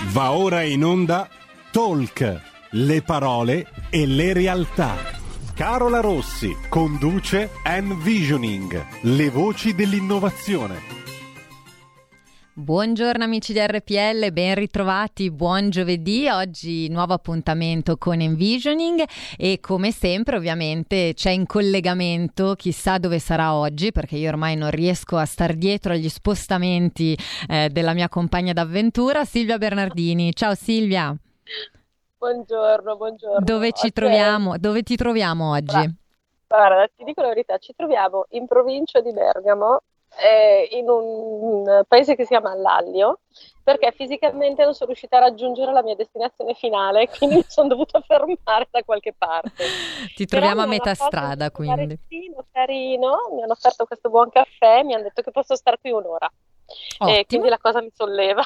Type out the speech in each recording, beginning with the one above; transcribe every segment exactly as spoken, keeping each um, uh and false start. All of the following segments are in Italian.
Va ora in onda Talk, le parole e le realtà. Carola Rossi conduce Envisioning, le voci dell'innovazione. Buongiorno amici di R P L, ben ritrovati, buon giovedì. Oggi nuovo appuntamento con Envisioning e come sempre ovviamente c'è in collegamento, chissà dove sarà oggi perché io ormai non riesco a star dietro agli spostamenti eh, della mia compagna d'avventura, Silvia Bernardini. Ciao Silvia. Buongiorno, buongiorno. Dove ci Ok. troviamo? Dove ti troviamo oggi? Guarda, ti dico la verità, ci troviamo in provincia di Bergamo, eh, in un paese che si chiama Lallio, perché fisicamente non sono riuscita a raggiungere la mia destinazione finale, quindi mi sono dovuta fermare da qualche parte. Ti troviamo Però a mi metà hanno fatto strada, un quindi. barettino carino, mi hanno offerto questo buon caffè, mi hanno detto che posso stare qui un'ora. Ottimo. E quindi la cosa mi solleva.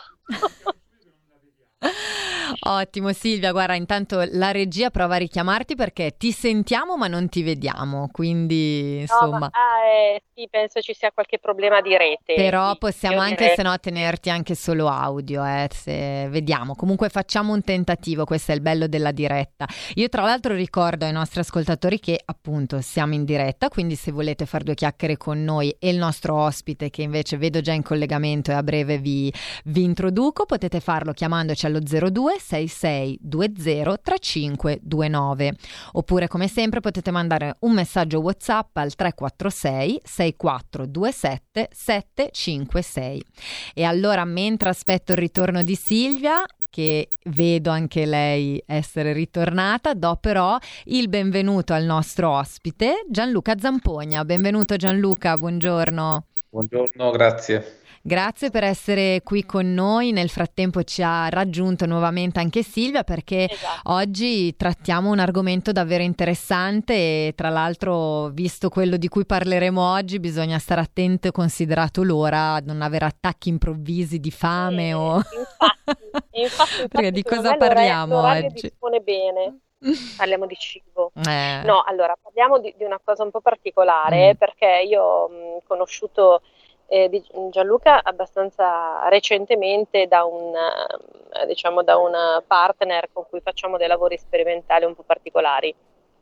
Ottimo Silvia, guarda, intanto la regia prova a richiamarti perché ti sentiamo ma non ti vediamo, quindi No, insomma. ma ah, eh, sì, penso ci sia qualche problema di rete. Però Sì, possiamo io anche direi- se no tenerti anche solo audio, eh, se vediamo. Comunque facciamo un tentativo, questo è il bello della diretta. Io tra l'altro ricordo ai nostri ascoltatori che appunto siamo in diretta, quindi se volete fare due chiacchiere con noi e il nostro ospite che invece vedo già in collegamento e a breve vi, vi introduco, potete farlo chiamandoci allo zero due sei sei due zero tre cinque due nove oppure come sempre potete mandare un messaggio WhatsApp al tre quattro sei sei quattro due sette sette cinque sei. E allora mentre aspetto il ritorno di Silvia, che vedo anche lei essere ritornata, do però il benvenuto al nostro ospite Gianluca Zampogna. Benvenuto Gianluca, buongiorno. Buongiorno, grazie. Grazie per essere qui con noi. Nel frattempo ci ha raggiunto nuovamente anche Silvia perché Esatto. oggi trattiamo un argomento davvero interessante e tra l'altro, visto quello di cui parleremo oggi, bisogna stare attento e considerato l'ora a non avere attacchi improvvisi di fame Eh, o... infatti, infatti, Perché infatti, di secondo cosa me l'orario- parliamo l'orario oggi? dispone bene. Parliamo di cibo. Eh, No, allora parliamo di, di una cosa un po' particolare Mm. perché io ho mh, conosciuto eh, di- Gianluca abbastanza recentemente da un, eh, diciamo, da un partner con cui facciamo dei lavori sperimentali un po' particolari.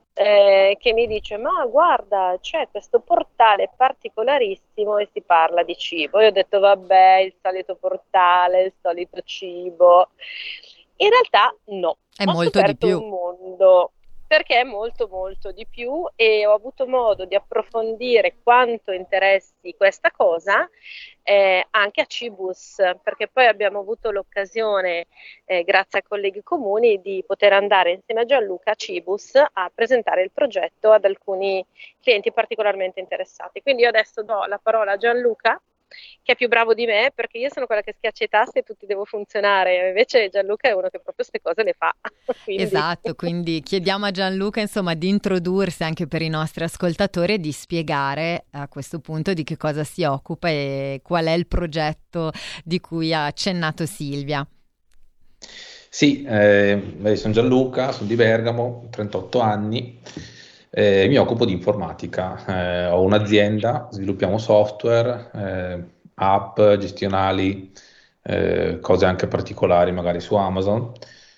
eh, che mi dice: Ma guarda, c'è questo portale particolarissimo e si parla di cibo. Io ho detto: Vabbè, il solito portale, il solito cibo. In realtà, no, È ho molto di scoperto più. un mondo perché è molto, molto di più e ho avuto modo di approfondire quanto interessi questa cosa eh, anche a Cibus, perché poi abbiamo avuto l'occasione eh, grazie a colleghi comuni, di poter andare insieme a Gianluca a Cibus a presentare il progetto ad alcuni clienti particolarmente interessati. Quindi io adesso do la parola a Gianluca, che è più bravo di me, perché io sono quella che schiaccia i tasti e tutti devo funzionare, invece Gianluca è uno che proprio queste cose le fa. Quindi... Esatto, quindi chiediamo a Gianluca insomma di introdursi anche per i nostri ascoltatori e di spiegare a questo punto di che cosa si occupa e qual è il progetto di cui ha accennato Silvia. Sì, eh, beh, sono Gianluca, sono di Bergamo, trentotto anni, eh, mi occupo di informatica, eh, ho un'azienda, sviluppiamo software, eh, app, gestionali, eh, cose anche particolari magari su Amazon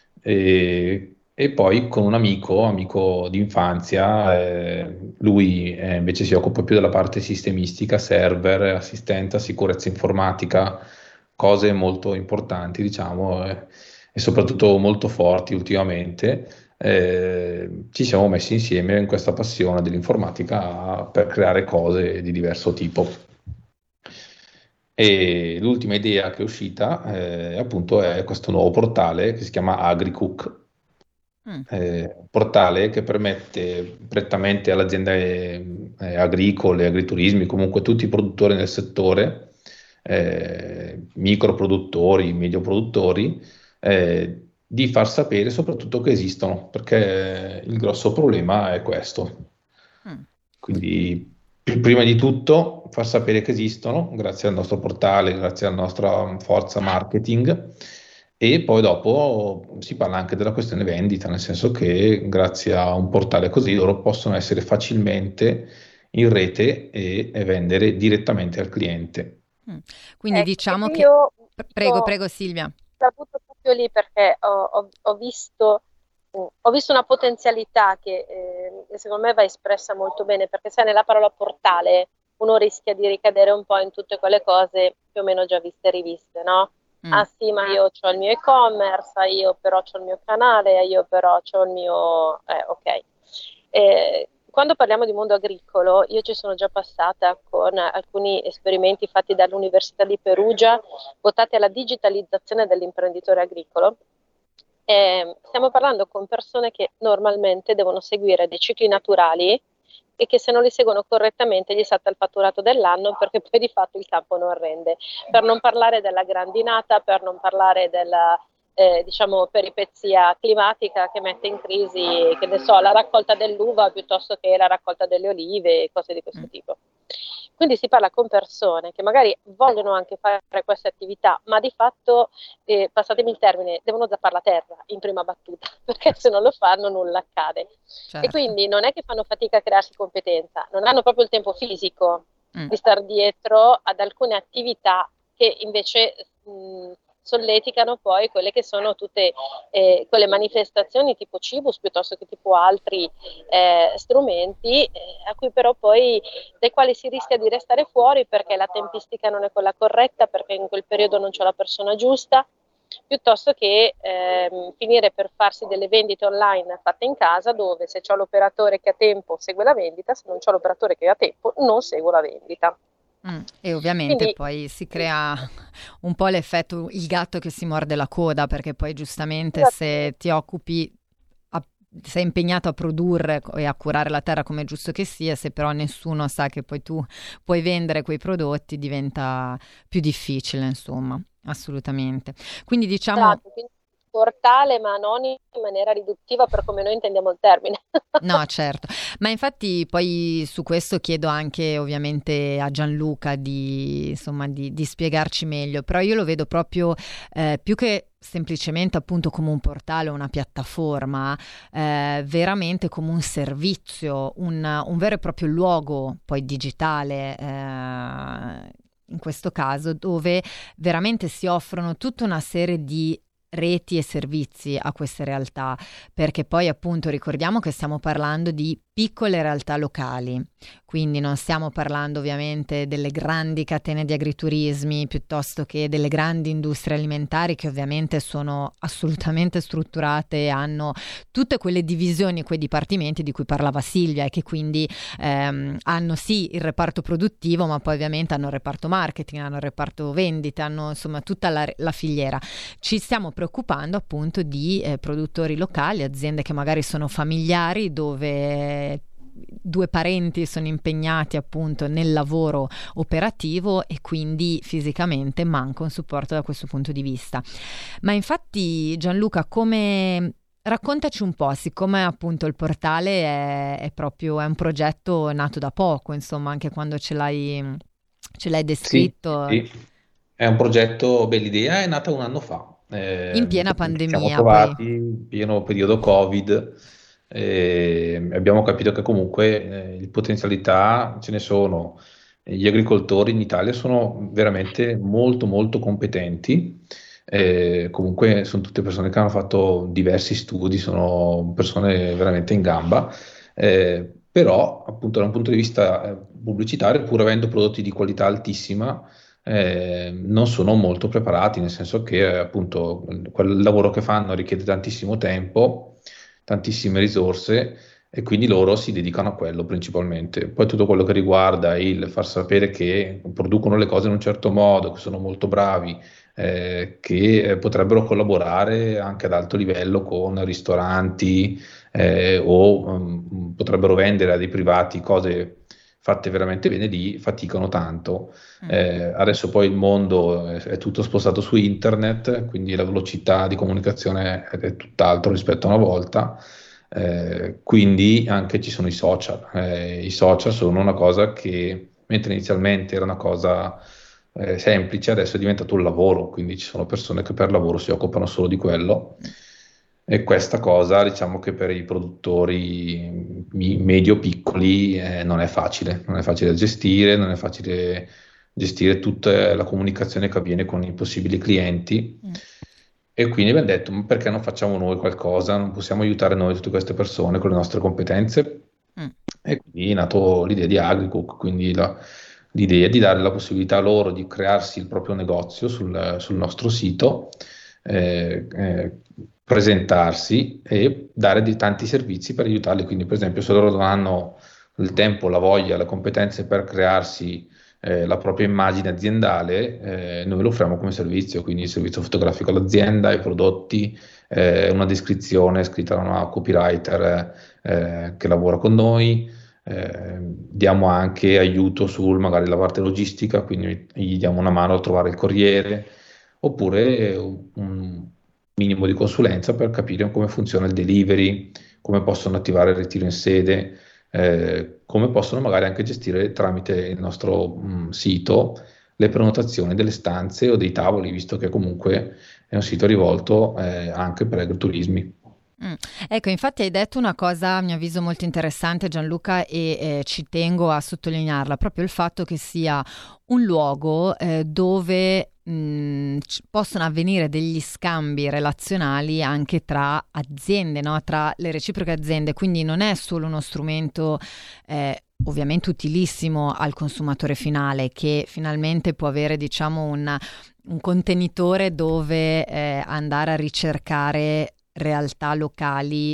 e, e poi con un amico, amico di infanzia, eh, lui eh, invece si occupa più della parte sistemistica, server, assistenza, sicurezza informatica, cose molto importanti, diciamo. eh, e soprattutto molto forti ultimamente, eh, ci siamo messi insieme in questa passione dell'informatica per creare cose di diverso tipo. E l'ultima idea che è uscita, eh, appunto, è questo nuovo portale che si chiama AgriCook, Mm. eh, un portale che permette prettamente alle aziende eh, agricole, agriturismi, comunque tutti i produttori nel settore, eh, microproduttori, medio produttori, eh, di far sapere soprattutto che esistono, perché il grosso problema è questo. Mm. Quindi, pr- prima di tutto, far sapere che esistono, grazie al nostro portale, grazie alla nostra forza marketing, e poi dopo si parla anche della questione vendita, nel senso che grazie a un portale così loro possono essere facilmente in rete e, e vendere direttamente al cliente. Mm. Quindi Ecco, diciamo perché che... io Prego, ho prego Silvia. saputo proprio lì perché ho, ho- ho visto, mm, ho visto una potenzialità che eh, secondo me va espressa molto bene, perché sai, nella parola portale uno rischia di ricadere un po' in tutte quelle cose più o meno già viste e riviste, no? Mm, Ah sì, ma io ho il mio e-commerce, ah, io però ho il mio canale, ah, io però ho il mio... Eh, ok. Eh, quando parliamo di mondo agricolo, io ci sono già passata con alcuni esperimenti fatti dall'Università di Perugia, votati alla digitalizzazione dell'imprenditore agricolo. Eh, stiamo parlando con persone che normalmente devono seguire dei cicli naturali e che se non li seguono correttamente gli salta il fatturato dell'anno perché poi di fatto il campo non rende. Per non parlare della grandinata, per non parlare della eh, diciamo, peripezia climatica che mette in crisi, che ne so, la raccolta dell'uva piuttosto che la raccolta delle olive e cose di questo mm. tipo. Quindi si parla con persone che magari vogliono anche fare queste attività, ma di fatto, eh, passatemi il termine, devono zappare la terra in prima battuta, perché se non lo fanno nulla accade. E Certo. quindi non è che fanno fatica a crearsi competenza, non hanno proprio il tempo fisico Mm. di star dietro ad alcune attività che invece mh, solleticano poi quelle che sono tutte eh, quelle manifestazioni tipo Cibus piuttosto che tipo altri eh, strumenti eh, a cui però poi dai quali si rischia di restare fuori perché la tempistica non è quella corretta, perché in quel periodo non c'è la persona giusta, piuttosto che ehm, finire per farsi delle vendite online fatte in casa dove se c'è l'operatore che ha tempo segue la vendita, se non c'è l'operatore che ha tempo non segue la vendita. Mm, E ovviamente Quindi poi si crea un po' l'effetto il gatto che si morde la coda, perché poi giustamente se esattamente. ti occupi, a- sei impegnato a produrre co- e a curare la terra come è giusto che sia, se però nessuno sa che poi tu puoi vendere quei prodotti, diventa più difficile, insomma, assolutamente. Quindi diciamo. Esatto, quindi portale, ma non in maniera riduttiva per come noi intendiamo il termine. No, certo, ma infatti poi su questo chiedo anche ovviamente a Gianluca di, insomma, di, di spiegarci meglio, però io lo vedo proprio eh, più che semplicemente appunto come un portale, una piattaforma, eh, veramente come un servizio, un, un vero e proprio luogo poi digitale. eh, In questo caso, dove veramente si offrono tutta una serie di reti e servizi a queste realtà, perché poi appunto ricordiamo che stiamo parlando di piccole realtà locali, quindi non stiamo parlando ovviamente delle grandi catene di agriturismi piuttosto che delle grandi industrie alimentari che ovviamente sono assolutamente strutturate e hanno tutte quelle divisioni, quei dipartimenti di cui parlava Silvia e che quindi ehm, hanno sì il reparto produttivo, ma poi ovviamente hanno il reparto marketing, hanno il reparto vendita, hanno insomma tutta la, la filiera. Ci stiamo preoccupando appunto di eh, produttori locali, aziende che magari sono familiari, dove due parenti sono impegnati appunto nel lavoro operativo e quindi fisicamente manca un supporto da questo punto di vista. Ma infatti Gianluca, come raccontaci un po', siccome appunto il portale è, è proprio è un progetto nato da poco, insomma, anche quando ce l'hai ce l'hai Sì, descritto sì, è un progetto, beh, l'idea è nata un anno fa, in eh, piena ci siamo pandemia, poi. trovati in pieno periodo Covid e abbiamo capito che comunque eh, potenzialità ce ne sono. Gli agricoltori in Italia sono veramente molto molto competenti, eh, comunque sono tutte persone che hanno fatto diversi studi, sono persone veramente in gamba. Eh, però appunto da un punto di vista eh, pubblicitario, pur avendo prodotti di qualità altissima, eh, non sono molto preparati, nel senso che eh, appunto quel lavoro che fanno richiede tantissimo tempo, tantissime risorse e quindi loro si dedicano a quello principalmente. Poi tutto quello che riguarda il far sapere che producono le cose in un certo modo, che sono molto bravi, eh, che eh, potrebbero collaborare anche ad alto livello con ristoranti eh, o um, potrebbero vendere a dei privati cose fatte veramente bene, lì faticano tanto. Mm. Eh, adesso poi il mondo è, è tutto spostato su internet, quindi la velocità di comunicazione è, è tutt'altro rispetto a una volta. Eh, quindi anche ci sono i social. Eh, i social sono una cosa che, mentre inizialmente era una cosa eh, semplice, adesso è diventato un lavoro, quindi ci sono persone che per lavoro si occupano solo di quello. E questa cosa, diciamo che per i produttori mi- medio-piccoli eh, non è facile, non è facile da gestire, non è facile gestire tutta la comunicazione che avviene con i possibili clienti. Mm. E quindi abbiamo detto, ma perché non facciamo noi qualcosa? Non possiamo aiutare noi tutte queste persone con le nostre competenze? Mm. E quindi è nato l'idea di Agricook, quindi la- l'idea di dare la possibilità a loro di crearsi il proprio negozio sul, sul nostro sito, eh, eh, presentarsi e dare di tanti servizi per aiutarli. Quindi, per esempio, se loro non hanno il tempo, la voglia, le competenze per crearsi eh, la propria immagine aziendale, eh, noi lo offriamo come servizio, quindi il servizio fotografico all'azienda, i prodotti, eh, una descrizione scritta da una copywriter eh, che lavora con noi. Eh, diamo anche aiuto sul magari la parte logistica, quindi gli diamo una mano a trovare il corriere, oppure un minimo di consulenza per capire come funziona il delivery, come possono attivare il ritiro in sede, eh, come possono magari anche gestire tramite il nostro mh, sito le prenotazioni delle stanze o dei tavoli, visto che comunque è un sito rivolto eh, anche per agriturismi. Mm. Ecco, infatti hai detto una cosa a mio avviso molto interessante, Gianluca, e eh, ci tengo a sottolinearla, proprio il fatto che sia un luogo eh, dove mh, c- possono avvenire degli scambi relazionali anche tra aziende, no? Tra le reciproche aziende, quindi non è solo uno strumento eh, ovviamente utilissimo al consumatore finale, che finalmente può avere, diciamo, un, un contenitore dove eh, andare a ricercare realtà locali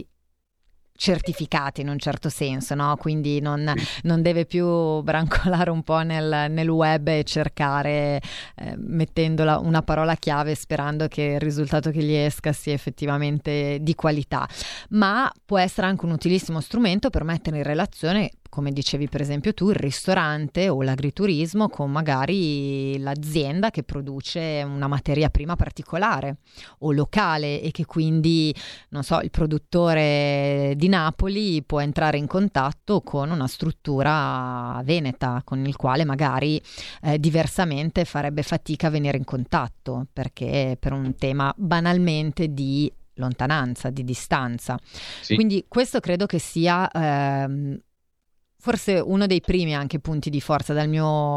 certificate in un certo senso, no? Quindi non, non deve più brancolare un po' nel, nel web e cercare eh, mettendola una parola chiave sperando che il risultato che gli esca sia effettivamente di qualità, ma può essere anche un utilissimo strumento per mettere in relazione, come dicevi per esempio tu, il ristorante o l'agriturismo con magari l'azienda che produce una materia prima particolare o locale e che quindi, non so, il produttore di Napoli può entrare in contatto con una struttura veneta con il quale magari eh, diversamente farebbe fatica a venire in contatto, perché per un tema banalmente di lontananza, di distanza. Sì. Quindi questo credo che sia ehm, forse uno dei primi anche punti di forza dal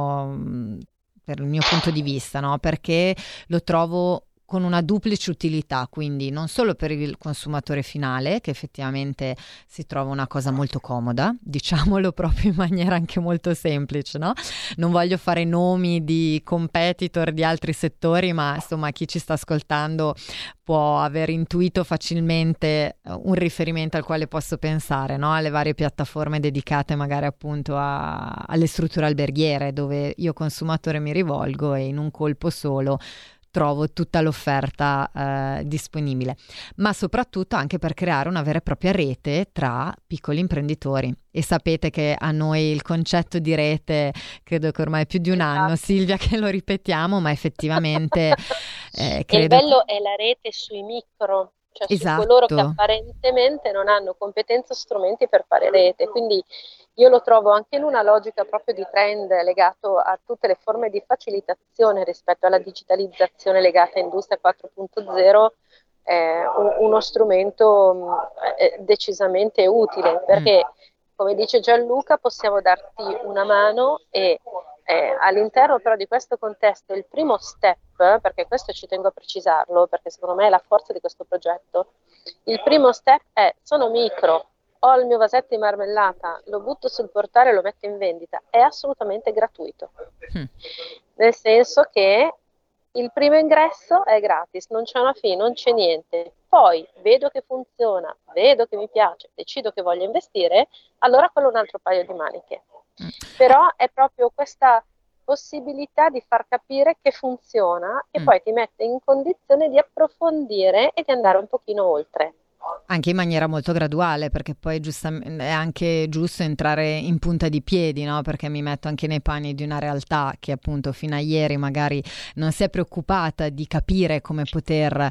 mio, per il mio punto di vista, no? Perché lo trovo con una duplice utilità, quindi non solo per il consumatore finale, che effettivamente si trova una cosa molto comoda, diciamolo proprio in maniera anche molto semplice, no? Non voglio fare nomi di competitor di altri settori, ma insomma chi ci sta ascoltando può aver intuito facilmente un riferimento al quale posso pensare, no? Alle varie piattaforme dedicate magari appunto a, alle strutture alberghiere, dove io consumatore mi rivolgo e in un colpo solo trovo tutta l'offerta eh, disponibile, ma soprattutto anche per creare una vera e propria rete tra piccoli imprenditori. E sapete che a noi il concetto di rete credo che ormai è più di un anno, Silvia, che lo ripetiamo, ma effettivamente eh, credo... Il bello è la rete sui micro, cioè esatto. su coloro che apparentemente non hanno competenze o strumenti per fare rete, quindi io lo trovo anche in una logica proprio di trend legato a tutte le forme di facilitazione rispetto alla digitalizzazione legata a Industria quattro punto zero, eh, uno strumento eh, decisamente utile, perché come dice Gianluca possiamo darti una mano e eh, all'interno però di questo contesto il primo step, perché questo ci tengo a precisarlo, perché secondo me è la forza di questo progetto, il primo step è: sono micro, ho il mio vasetto di marmellata, lo butto sul portale e lo metto in vendita, è assolutamente gratuito, mm. nel senso che il primo ingresso è gratis, non c'è una fee, non c'è niente, poi vedo che funziona, vedo che mi piace, decido che voglio investire, allora quello è un altro paio di maniche, mm. però è proprio questa possibilità di far capire che funziona e mm. poi ti mette in condizione di approfondire e di andare un pochino oltre. Anche in maniera molto graduale, perché poi giustamente è anche giusto entrare in punta di piedi, no? Perché mi metto anche nei panni di una realtà che appunto fino a ieri magari non si è preoccupata di capire come poter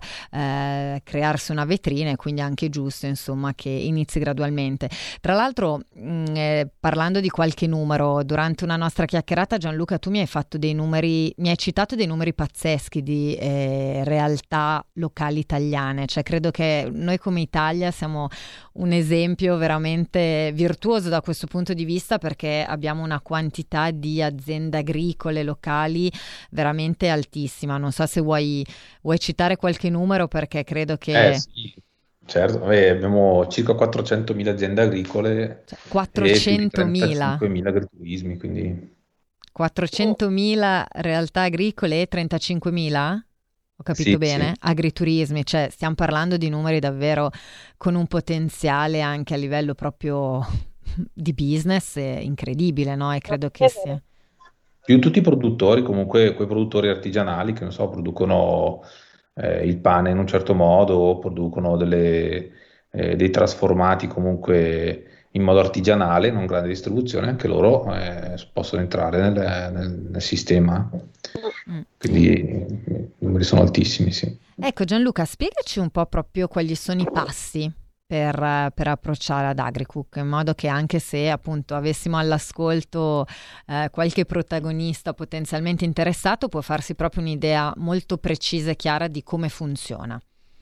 eh, crearsi una vetrina, e quindi è anche giusto insomma che inizi gradualmente. Tra l'altro mh, eh, parlando di qualche numero, durante una nostra chiacchierata, Gianluca, tu mi hai fatto dei numeri, mi hai citato dei numeri pazzeschi di eh, realtà locali italiane, cioè credo che noi come come Italia siamo un esempio veramente virtuoso da questo punto di vista, perché abbiamo una quantità di aziende agricole locali veramente altissima. Non so se vuoi, vuoi citare qualche numero, perché credo Eh che sì, certo, eh, abbiamo circa quattrocentomila aziende agricole cioè, e più di quattrocentomila. trentacinquemila agriturismi, quindi quattrocentomila realtà agricole e trentacinquemila? Ho capito sì, sì. bene? Agriturismi, cioè stiamo parlando di numeri davvero con un potenziale anche a livello proprio di business eh, incredibile, no? E credo che È vero. sia. Più tutti i produttori, comunque quei produttori artigianali che non so, producono eh, il pane in un certo modo, o producono delle, eh, dei trasformati comunque in modo artigianale, non grande distribuzione, anche loro eh, possono entrare nel, nel- nel sistema. Mm. Quindi i numeri sono altissimi, sì. Ecco Gianluca, spiegaci un po' proprio quali sono i passi per, eh, per approcciare ad AgriCook, in modo che anche se appunto avessimo all'ascolto eh, qualche protagonista potenzialmente interessato, può farsi proprio un'idea molto precisa e chiara di come funziona.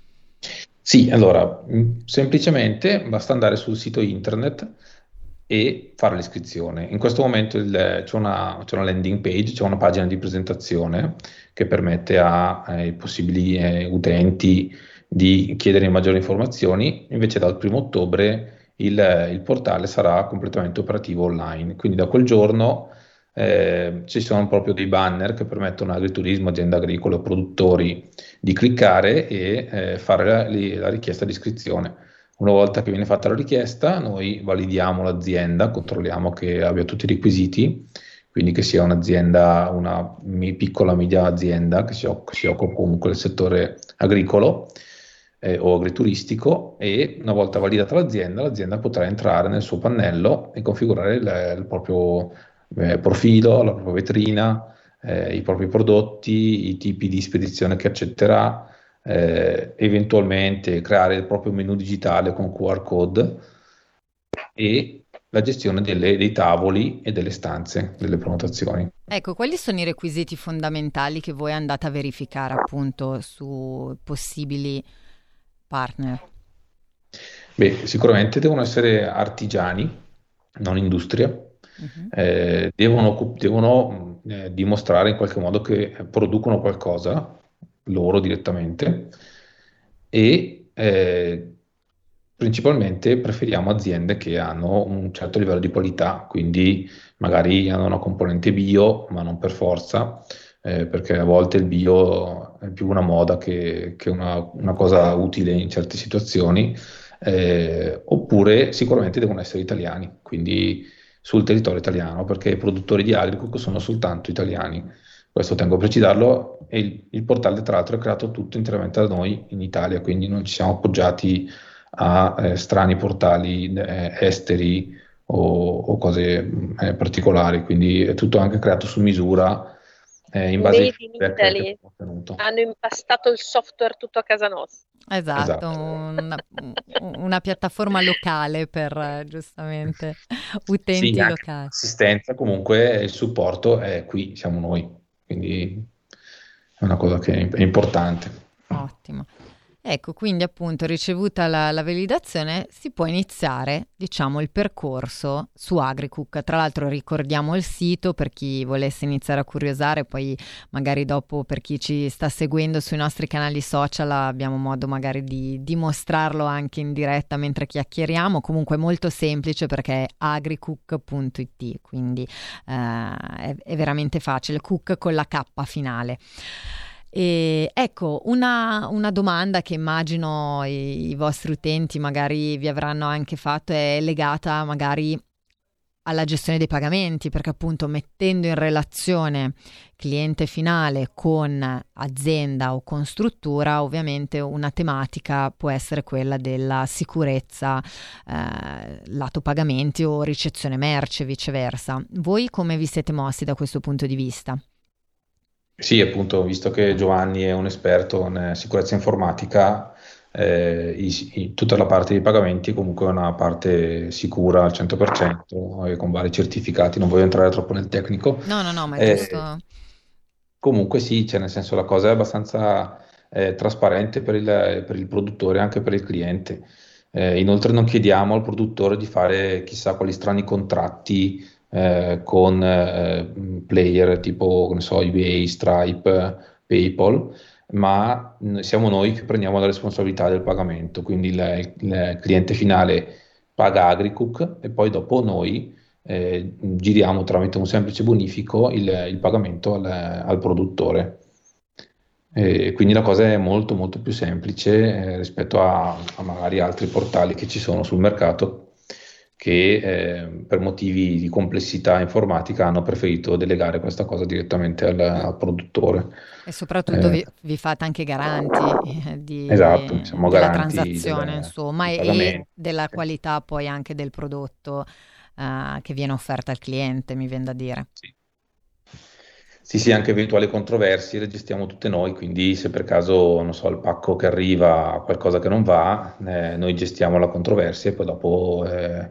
Sì, allora, mh, semplicemente basta andare sul sito internet e fare l'iscrizione. In questo momento il- c'è una, c'è una landing page, c'è una pagina di presentazione che permette a- ai possibili eh, utenti di chiedere maggiori informazioni. Invece dal primo ottobre il, il portale sarà completamente operativo online, quindi da quel giorno eh, ci sono proprio dei banner che permettono a agriturismo, aziende agricole o produttori di cliccare e eh, fare la, li- la richiesta di iscrizione. Una volta che viene fatta la richiesta, noi validiamo l'azienda, controlliamo che abbia tutti i requisiti, quindi che sia un'azienda, una mi- piccola media azienda che si, oc- si occupa comunque del settore agricolo eh, o agrituristico, e una volta validata l'azienda, l'azienda potrà entrare nel suo pannello e configurare il, il proprio eh, profilo, la propria vetrina, eh, i propri prodotti, i tipi di spedizione che accetterà, eh, eventualmente creare il proprio menu digitale con Q R code e la gestione delle- dei tavoli e delle stanze, delle prenotazioni. Ecco, quali sono i requisiti fondamentali che voi andate a verificare appunto su possibili partner? Beh, sicuramente devono essere artigiani, non industria, Mhm. eh, devono, occup- devono, mh, eh, dimostrare in qualche modo che producono qualcosa loro direttamente e eh, principalmente preferiamo aziende che hanno un certo livello di qualità, quindi magari hanno una componente bio, ma non per forza, eh, perché a volte il bio è più una moda che, che una, una cosa utile in certe situazioni, eh, oppure sicuramente devono essere italiani, quindi sul territorio italiano, perché i produttori di Agricook sono soltanto italiani. Questo tengo a precisarlo, e il, il portale tra l'altro è creato tutto interamente da noi in Italia, quindi non ci siamo appoggiati a eh, strani portali eh, esteri o, o cose mh, eh, particolari, quindi è tutto anche creato su misura eh, in base ai Made in feedback che Italy. abbiamo ottenuto. Hanno impastato il software tutto a casa nostra. Esatto, Esatto. una, una piattaforma locale per eh, giustamente Sì, utenti anche locali. l'assistenza, comunque il supporto è qui, siamo noi, quindi è una cosa che è importante. Ottimo. Ecco, quindi appunto ricevuta la, la validazione si può iniziare, diciamo, il percorso su AgriCook. Tra l'altro ricordiamo il sito per chi volesse iniziare a curiosare, poi magari dopo per chi ci sta seguendo sui nostri canali social abbiamo modo magari di dimostrarlo anche in diretta mentre chiacchieriamo. Comunque è molto semplice perché è agricook punto it, quindi eh, è, è veramente facile, cook con la K finale. E ecco, una, una domanda che immagino i, i vostri utenti magari vi avranno anche fatto è legata magari alla gestione dei pagamenti, perché appunto mettendo in relazione cliente finale con azienda o con struttura, ovviamente una tematica può essere quella della sicurezza eh, lato pagamenti o ricezione merce, viceversa. Voi come vi siete mossi da questo punto di vista? Sì, appunto, visto che Giovanni è un esperto in eh, sicurezza informatica, eh, i- i- tutta la parte dei pagamenti è comunque una parte sicura al cento per cento e con vari certificati, non voglio entrare troppo nel tecnico. No, no, no, ma è Eh, giusto. Comunque sì, cioè nel senso la cosa è abbastanza eh, trasparente per il, per il produttore e anche per il cliente. Eh, inoltre non chiediamo al produttore di fare chissà quali strani contratti eh, con eh, player tipo, ne so, eBay, Stripe, PayPal, ma siamo noi che prendiamo la responsabilità del pagamento, quindi il, il cliente finale paga Agricook e poi dopo noi eh, giriamo tramite un semplice bonifico il, il pagamento al, al produttore. E quindi la cosa è molto molto più semplice eh, rispetto a, a magari altri portali che ci sono sul mercato che eh, per motivi di complessità informatica hanno preferito delegare questa cosa direttamente al, al produttore. E soprattutto eh, vi, vi fate anche garanti eh, di, esatto, siamo della garanti transazione, della, insomma, e della qualità poi anche del prodotto eh, che viene offerto al cliente, mi viene da dire. Sì. Sì, sì, anche eventuali controversie le gestiamo tutte noi, quindi se per caso, non so, il pacco che arriva ha qualcosa che non va, eh, noi gestiamo la controversia e poi dopo eh,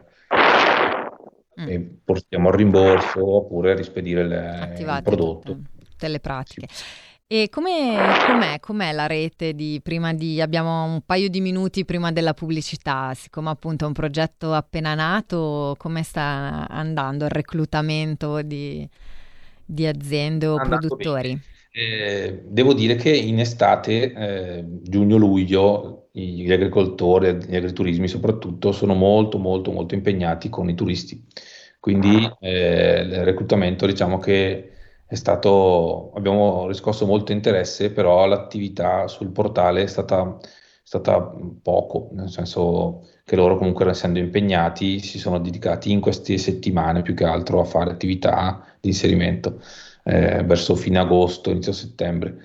mm. e portiamo al rimborso oppure a rispedire le, il prodotto. Tutte, tutte le pratiche. Sì. E come, com'è, com'è la rete di prima di, abbiamo un paio di minuti prima della pubblicità, siccome appunto è un progetto appena nato, come sta andando il reclutamento di... di aziende o produttori? Eh, devo dire che in estate, eh, giugno-luglio, gli agricoltori, gli agriturismi soprattutto, sono molto molto molto impegnati con i turisti. Quindi eh, il reclutamento, diciamo che è stato, abbiamo riscosso molto interesse, però l'attività sul portale è stata, è stata poco, nel senso che loro comunque essendo impegnati si sono dedicati in queste settimane più che altro a fare attività di inserimento eh, verso fine agosto, inizio settembre.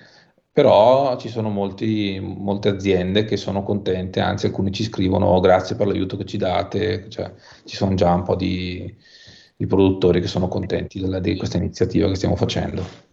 Però ci sono molti, molte aziende che sono contente, anzi alcuni ci scrivono oh, grazie per l'aiuto che ci date, cioè, ci sono già un po' di, di produttori che sono contenti della, di questa iniziativa che stiamo facendo.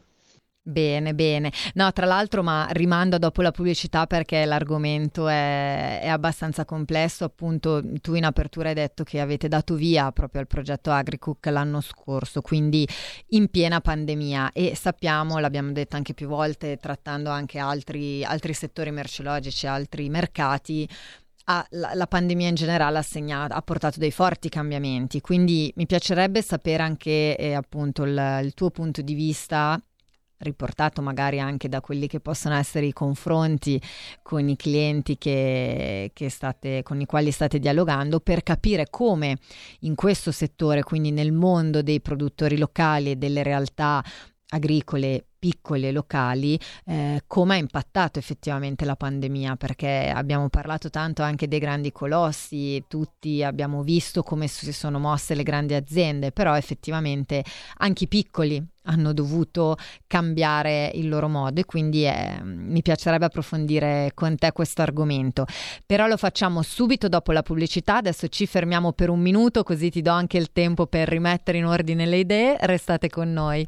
Bene, bene. No, tra l'altro, ma rimando dopo la pubblicità perché l'argomento è, è abbastanza complesso. Appunto, tu in apertura hai detto che avete dato via proprio al progetto Agricook l'anno scorso, quindi in piena pandemia, e sappiamo, l'abbiamo detto anche più volte, trattando anche altri, altri settori merceologici, altri mercati, Ah, la, la pandemia in generale ha, segnato, ha portato dei forti cambiamenti, quindi mi piacerebbe sapere anche eh, appunto il, il tuo punto di vista, riportato magari anche da quelli che possono essere i confronti con i clienti che, che state, con i quali state dialogando, per capire come in questo settore, quindi nel mondo dei produttori locali e delle realtà agricole piccole locali, eh, come ha impattato effettivamente la pandemia, perché abbiamo parlato tanto anche dei grandi colossi, tutti abbiamo visto come si sono mosse le grandi aziende, però effettivamente anche i piccoli hanno dovuto cambiare il loro modo, e quindi eh, mi piacerebbe approfondire con te questo argomento, però lo facciamo subito dopo la pubblicità. Adesso ci fermiamo per un minuto, così ti do anche il tempo per rimettere in ordine le idee. Restate con noi.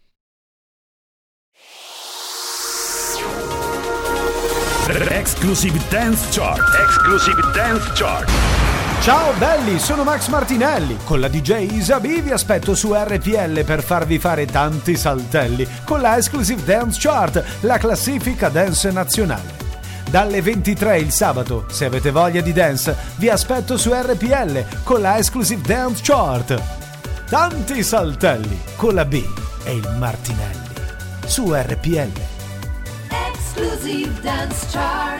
Exclusive Dance Chart. Exclusive Dance Chart. Ciao belli, sono Max Martinelli. Con la D J Isabi vi aspetto su R P L per farvi fare tanti saltelli con la Exclusive Dance Chart, la classifica dance nazionale. Dalle ventitré il sabato, se avete voglia di dance, vi aspetto su R P L con la Exclusive Dance Chart. Tanti saltelli con la B e il Martinelli su R P L. Exclusive Dance Chart.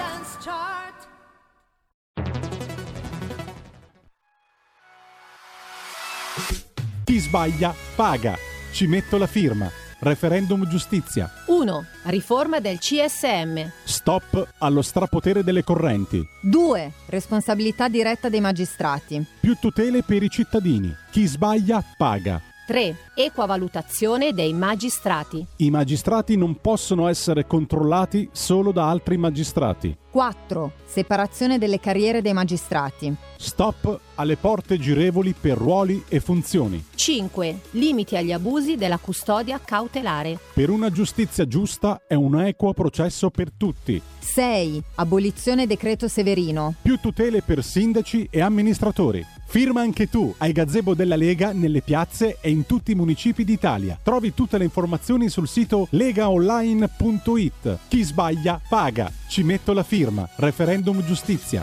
Chi sbaglia paga. Ci metto la firma. Referendum giustizia. uno. Riforma del C S M. Stop allo strapotere delle correnti. due. Responsabilità diretta dei magistrati. Più tutele per i cittadini. Chi sbaglia paga. tre. Equa valutazione dei magistrati. I magistrati non possono essere controllati solo da altri magistrati. quattro. Separazione delle carriere dei magistrati. Stop alle porte girevoli per ruoli e funzioni. cinque. Limiti agli abusi della custodia cautelare. Per una giustizia giusta e un equo processo per tutti. sei. Abolizione decreto Severino. Più tutele per sindaci e amministratori. Firma anche tu ai gazebo della Lega nelle piazze e in tutti i municipi d'Italia. Trovi tutte le informazioni sul sito legaonline punto it. Chi sbaglia paga. Ci metto la firma. Referendum giustizia.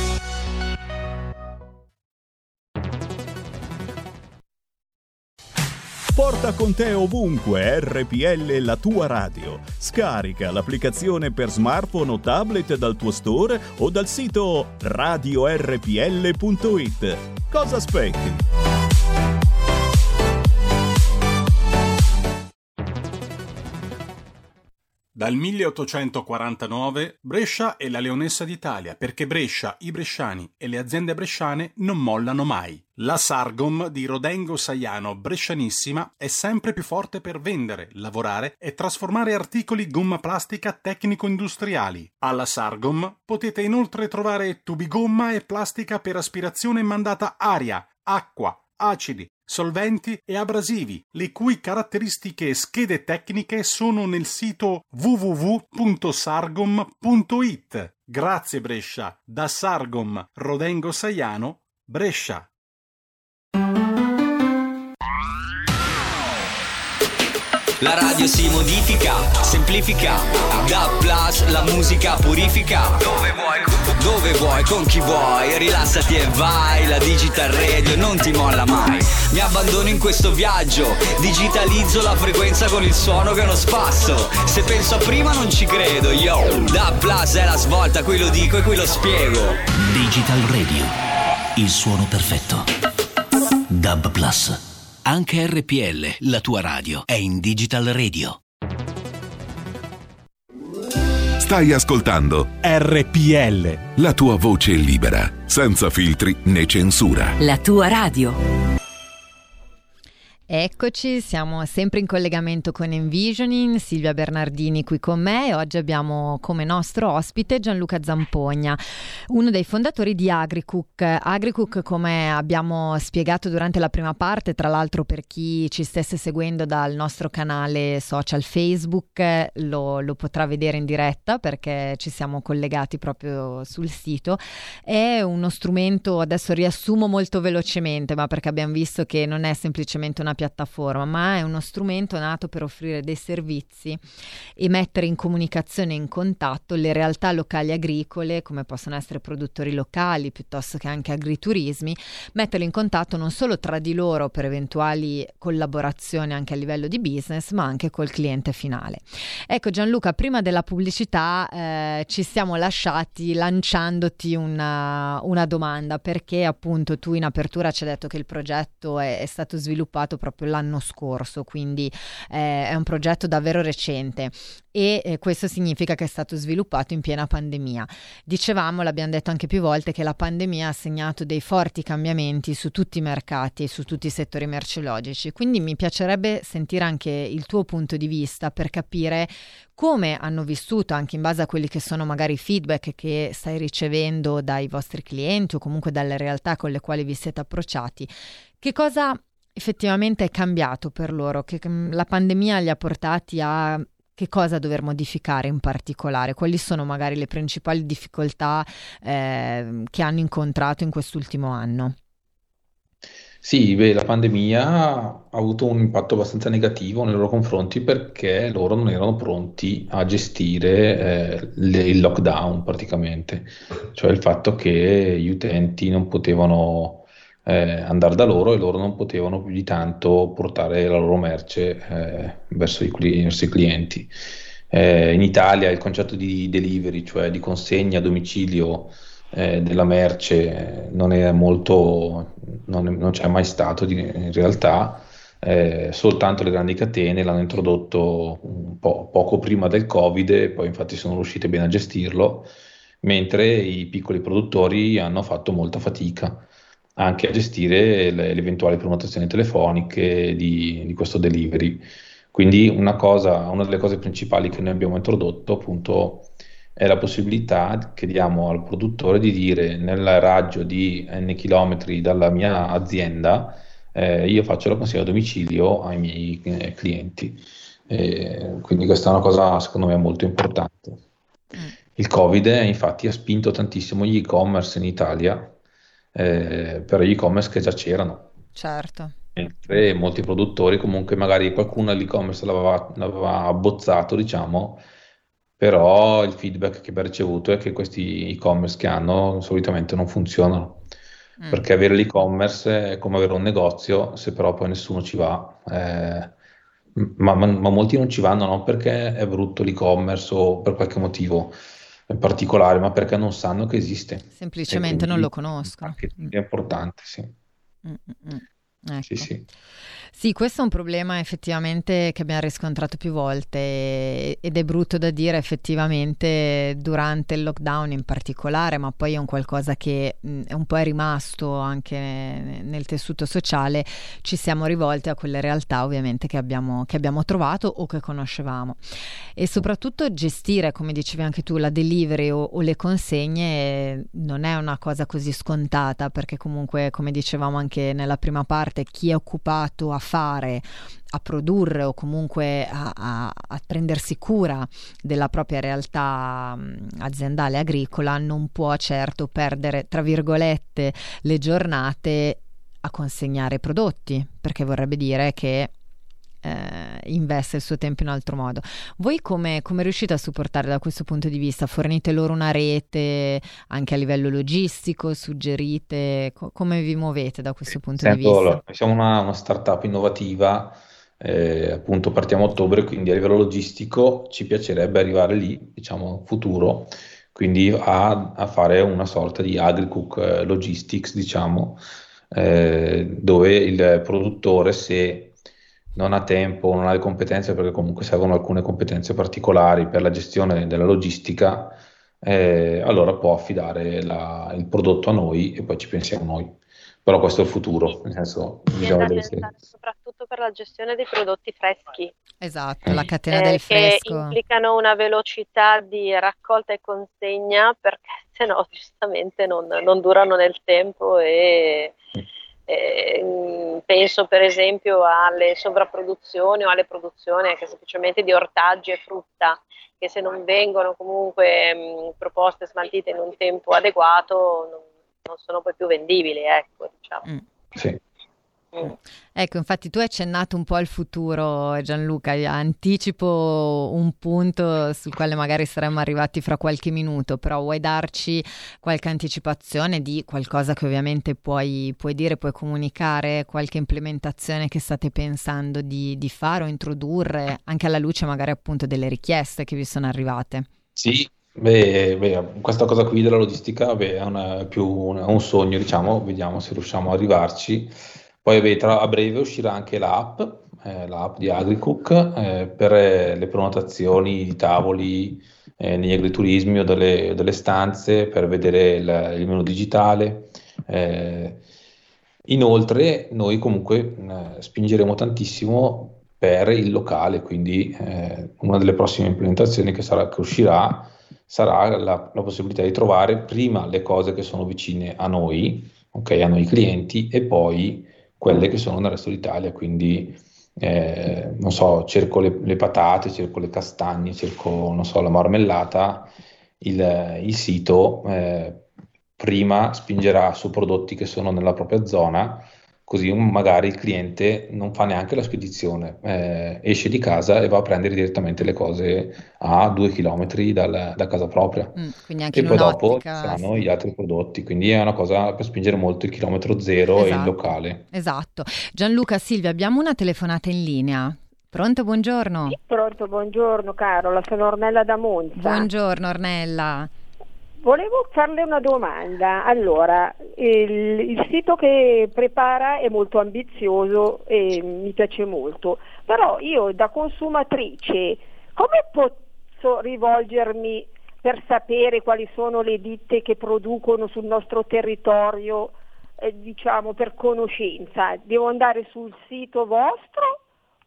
Porta con te ovunque R P L, la tua radio. Scarica l'applicazione per smartphone o tablet dal tuo store o dal sito radio R P L punto it. Cosa aspetti? Dal milleottocentoquarantanove Brescia è la leonessa d'Italia, perché Brescia, i bresciani e le aziende bresciane non mollano mai. La Sargom di Rodengo Saiano Brescianissima è sempre più forte per vendere, lavorare e trasformare articoli gomma plastica tecnico-industriali. Alla Sargom potete inoltre trovare tubi gomma e plastica per aspirazione mandata aria, acqua, acidi, solventi e abrasivi, le cui caratteristiche e schede tecniche sono nel sito w w w punto sargom punto it. Grazie Brescia, da Sargom Rodengo Saiano, Brescia. La radio si modifica, semplifica, da plus la musica purifica. Dove vuoi, dove vuoi, con chi vuoi, rilassati e vai. La Digital Radio non ti molla mai. Mi abbandono in questo viaggio, digitalizzo la frequenza con il suono che non spasso. Se penso a prima non ci credo, yo. Da plus è la svolta, qui lo dico e qui lo spiego. Digital Radio, il suono perfetto. Dub Plus. Anche R P L, la tua radio, è in Digital Radio. Stai ascoltando R P L, la tua voce libera, senza filtri né censura. La tua radio. Eccoci, siamo sempre in collegamento con Envisioning, Silvia Bernardini qui con me e oggi abbiamo come nostro ospite Gianluca Zampogna, uno dei fondatori di Agricook. Agricook, come abbiamo spiegato durante la prima parte, tra l'altro per chi ci stesse seguendo dal nostro canale social Facebook lo, lo potrà vedere in diretta perché ci siamo collegati proprio sul sito, è uno strumento, adesso riassumo molto velocemente, ma perché abbiamo visto che non è semplicemente una piattaforma, ma è uno strumento nato per offrire dei servizi e mettere in comunicazione e in contatto le realtà locali agricole, come possono essere produttori locali piuttosto che anche agriturismi, metterli in contatto non solo tra di loro per eventuali collaborazioni anche a livello di business, ma anche col cliente finale. Ecco Gianluca, prima della pubblicità eh, ci siamo lasciati lanciandoti una, una domanda, perché appunto tu in apertura ci hai detto che il progetto è, è stato sviluppato proprio l'anno scorso, quindi eh, è un progetto davvero recente e eh, questo significa che è stato sviluppato in piena pandemia. Dicevamo, l'abbiamo detto anche più volte, che la pandemia ha segnato dei forti cambiamenti su tutti i mercati e su tutti i settori merceologici, quindi mi piacerebbe sentire anche il tuo punto di vista per capire come hanno vissuto, anche in base a quelli che sono magari i feedback che stai ricevendo dai vostri clienti o comunque dalle realtà con le quali vi siete approcciati, che cosa effettivamente è cambiato per loro, che la pandemia li ha portati a che cosa dover modificare in particolare, quali sono magari le principali difficoltà eh, che hanno incontrato in quest'ultimo anno? Sì, beh, la pandemia ha avuto un impatto abbastanza negativo nei loro confronti perché loro non erano pronti a gestire eh, le- il lockdown praticamente, cioè il fatto che gli utenti non potevano eh, andare da loro e loro non potevano più di tanto portare la loro merce eh, verso i, cli- verso i clienti. Eh, in Italia il concetto di delivery, cioè di consegna a domicilio eh, della merce, eh, non è molto, non, è- non c'è mai stato di- in realtà. Eh, soltanto le grandi catene l'hanno introdotto un po' poco prima del Covid e poi infatti sono riuscite bene a gestirlo, mentre i piccoli produttori hanno fatto molta fatica anche a gestire le, le eventuali prenotazioni telefoniche di, di questo delivery. Quindi una cosa, una delle cose principali che noi abbiamo introdotto appunto è la possibilità che diamo al produttore di dire nel raggio di n chilometri dalla mia azienda eh, io faccio la consegna a domicilio ai miei eh, clienti. Eh, quindi questa è una cosa secondo me molto importante. Il Covid eh, infatti ha spinto tantissimo gli e-commerce in Italia eh, per gli e-commerce che già c'erano. Certo. Mentre molti produttori comunque magari qualcuno all'e-commerce l'aveva, l'aveva abbozzato, diciamo, però il feedback che abbiamo ricevuto è che questi e-commerce che hanno solitamente non funzionano, Mm. perché avere l'e-commerce è come avere un negozio, se però poi nessuno ci va. eh, ma, ma- ma molti non ci vanno non perché è brutto l'e-commerce o per qualche motivo in particolare, ma perché non sanno che esiste. E Semplicemente non lo quindi il conoscono. marketing è importante, sì. Mm, mm, mm. Sì, Ecco. sì. Sì, questo è un problema effettivamente che abbiamo riscontrato più volte e- ed è brutto da dire effettivamente durante il lockdown in particolare, ma poi è un qualcosa che mh, è un po' è rimasto anche ne- nel tessuto sociale. Ci siamo rivolti a quelle realtà ovviamente che abbiamo, che abbiamo trovato o che conoscevamo e soprattutto gestire, come dicevi anche tu, la delivery o, o le consegne non è una cosa così scontata, perché comunque, come dicevamo anche nella prima parte, chi è occupato a fare, a produrre o comunque a, a- a prendersi cura della propria realtà mh, aziendale agricola non può certo perdere, tra virgolette, le giornate a consegnare prodotti, perché vorrebbe dire che eh, investe il suo tempo in altro modo. Voi come, come riuscite a supportare da questo punto di vista? Fornite loro una rete anche a livello logistico? Suggerite? Co- come vi muovete da questo punto di Sento, vista? allora, noi siamo una, una startup innovativa, eh, appunto partiamo a ottobre, quindi a livello logistico ci piacerebbe arrivare lì, diciamo, futuro, quindi a, a fare una sorta di AgriCook eh, Logistics, diciamo, eh, dove il produttore, se non ha tempo, non ha le competenze, perché comunque servono alcune competenze particolari per la gestione della logistica, eh, allora può affidare la- il prodotto a noi e poi ci pensiamo noi. Però questo è il futuro, nel senso, Viene bisogna da vedere se... pensare soprattutto per la gestione dei prodotti freschi, Esatto, la Mm. catena eh, del che fresco. implicano una velocità di raccolta e consegna, perché se no giustamente non, non durano nel tempo e, e, mm, penso per esempio alle sovrapproduzioni o alle produzioni anche semplicemente di ortaggi e frutta, che se non vengono comunque mh, proposte e smaltite in un tempo adeguato non, non sono poi più vendibili, ecco, diciamo. Mm. Sì. Mm. Ecco, infatti tu hai accennato un po' al futuro, Gianluca, anticipo un punto sul quale magari saremmo arrivati fra qualche minuto, però vuoi darci qualche anticipazione di qualcosa che ovviamente puoi, puoi dire, puoi comunicare, qualche implementazione che state pensando di, di fare o introdurre, anche alla luce magari appunto delle richieste che vi sono arrivate? Sì, beh, beh, questa cosa qui della logistica, beh, è una- più un, è un sogno, diciamo, vediamo se riusciamo ad arrivarci. Poi beh, tra- a breve uscirà anche l'app, eh, l'app di AgriCook, eh, per eh, le prenotazioni di tavoli eh, negli agriturismi o delle, delle stanze, per vedere il, il menu digitale. Eh, Inoltre, noi comunque eh, spingeremo tantissimo per il locale, quindi eh, una delle prossime implementazioni che, sarà, che uscirà sarà la, la possibilità di trovare prima le cose che sono vicine a noi, ok, a noi clienti, e poi quelle che sono nel resto d'Italia. Quindi, eh, non so, cerco le, le patate, cerco le castagne, cerco, non so, la marmellata, il, il sito eh, prima spingerà su prodotti che sono nella propria zona, così magari il cliente non fa neanche la spedizione, eh, esce di casa e va a prendere direttamente le cose a due chilometri dal- da casa propria. Mm, quindi anche E in poi dopo un'ottica, saranno sì. gli altri prodotti, quindi è una cosa per spingere molto il chilometro zero e il Esatto, locale. esatto. Gianluca, Silvia, abbiamo una telefonata in linea. Pronto, buongiorno. Pronto, buongiorno Carola, sono Ornella da Monza. Buongiorno Ornella. Volevo farle una domanda. Allora, il, il sito che prepara è molto ambizioso e mi piace molto, però io da consumatrice come posso rivolgermi per sapere quali sono le ditte che producono sul nostro territorio, eh, diciamo per conoscenza? Devo andare sul sito vostro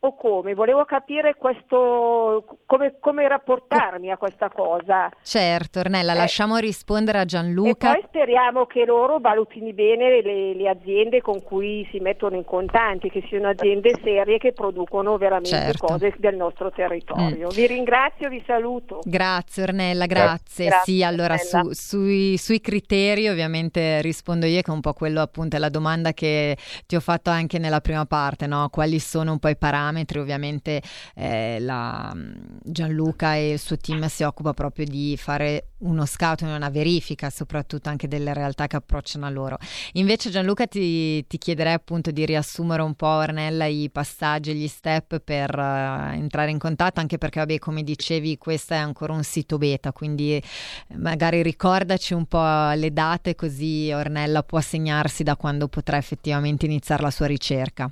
o come? Volevo capire questo, come, come rapportarmi a questa cosa. Certo, Ornella, Eh. lasciamo rispondere a E Gianluca. poi speriamo che loro valutino bene le, le aziende con cui si mettono in contanti, che siano aziende serie che producono veramente Certo. cose del nostro territorio. Vi ringrazio, vi saluto. Grazie Ornella, grazie. Grazie, Sì, allora Ornella. su- sui, sui criteri ovviamente rispondo io, che è un po' quello, appunto, è la domanda che ti ho fatto anche nella prima parte, no? Quali sono un po' i parametri? Ovviamente eh, la, Gianluca e il suo team si occupa proprio di fare uno scouting, una verifica soprattutto anche delle realtà che approcciano a loro. Invece Gianluca ti, ti chiederei appunto di riassumere un po', Ornella, i passaggi, gli step per eh, entrare in contatto, anche perché vabbè, come dicevi, questo è ancora un sito beta, quindi eh, magari ricordaci un po' le date, così Ornella può segnarsi da quando potrà effettivamente iniziare la sua ricerca.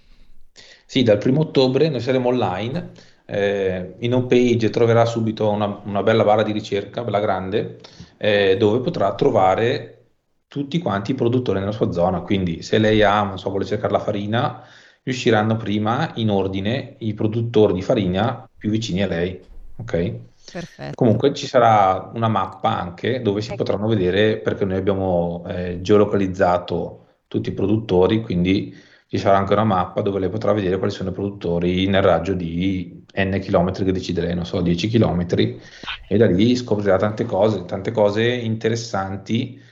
Sì, dal primo ottobre noi saremo online, eh, in home page troverà subito una, una bella barra di ricerca, bella grande, eh, dove potrà trovare tutti quanti i produttori nella sua zona, quindi se lei ha, non so, vuole cercare la farina, riusciranno prima in ordine i produttori di farina più vicini a lei, ok? Perfetto. Comunque ci sarà una mappa anche dove si potranno vedere, perché noi abbiamo eh, geolocalizzato tutti i produttori, quindi ci sarà anche una mappa dove lei potrà vedere quali sono i produttori nel raggio di n chilometri che decide lei, non so, dieci chilometri, e da lì scoprirà tante cose, tante cose interessanti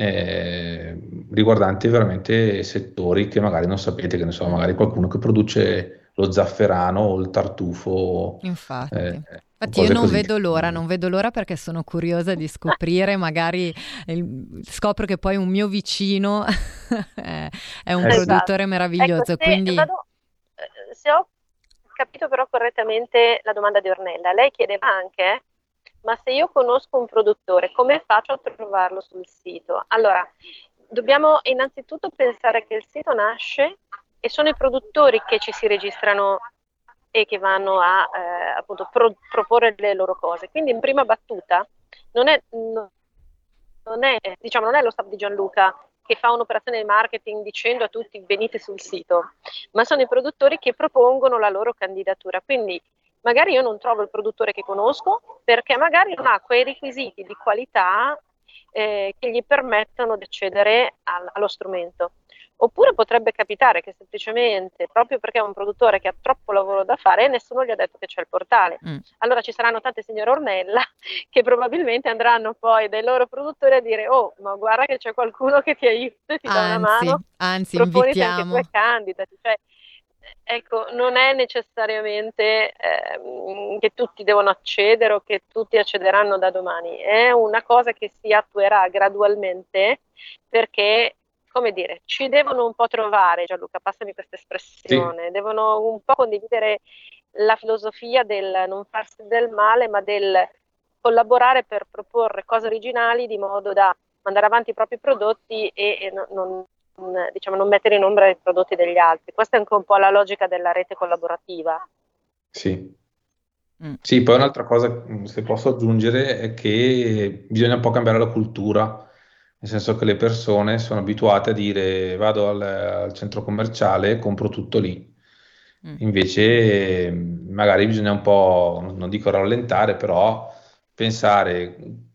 eh, riguardanti veramente settori che magari non sapete, che ne so, magari qualcuno che produce lo zafferano o il tartufo. Infatti. eh, Infatti io cose non così. vedo l'ora, non vedo l'ora perché sono curiosa di scoprire, magari il- scopro che poi un mio vicino è, è un Eh sì. produttore meraviglioso, Ecco, se, quindi vado- eh, se ho capito però correttamente la domanda di Ornella, lei chiedeva anche, ma se io conosco un produttore, come faccio a trovarlo sul sito? Allora, dobbiamo innanzitutto pensare che il sito nasce e sono i produttori che ci si registrano e che vanno a eh, appunto pro- proporre le loro cose. Quindi in prima battuta non è, no- non è, diciamo, non è lo staff di Gianluca che fa un'operazione di marketing dicendo a tutti venite sul sito, ma sono i produttori che propongono la loro candidatura. Quindi magari io non trovo il produttore che conosco perché magari non ha quei requisiti di qualità eh, che gli permettono di accedere al- allo strumento. Oppure potrebbe capitare che semplicemente, proprio perché è un produttore che ha troppo lavoro da fare, nessuno gli ha detto che c'è il portale. Mm. Allora ci saranno tante signore Ornella che probabilmente andranno poi dai loro produttori a dire oh, ma guarda che c'è qualcuno che ti aiuta e ti dà una anzi, mano, anzi proponiti anche invitiamo. tu e candidati. Cioè, ecco, non è necessariamente ehm, che tutti devono accedere o che tutti accederanno da domani, è una cosa che si attuerà gradualmente perché, come dire, ci devono un po' trovare, Gianluca, passami questa espressione, devono un po' condividere la filosofia del non farsi del male, ma del collaborare per proporre cose originali di modo da mandare avanti i propri prodotti e, e non, non- non, diciamo, non mettere in ombra i prodotti degli altri. Questa è anche un po' la logica della rete collaborativa. Sì. Mm. Sì, poi un'altra cosa, mh, se posso aggiungere, è che bisogna un po' cambiare la cultura, nel senso che le persone sono abituate a dire vado al, al centro commerciale, compro tutto lì. Mm. Invece mh, magari bisogna un po', non dico rallentare, però pensare,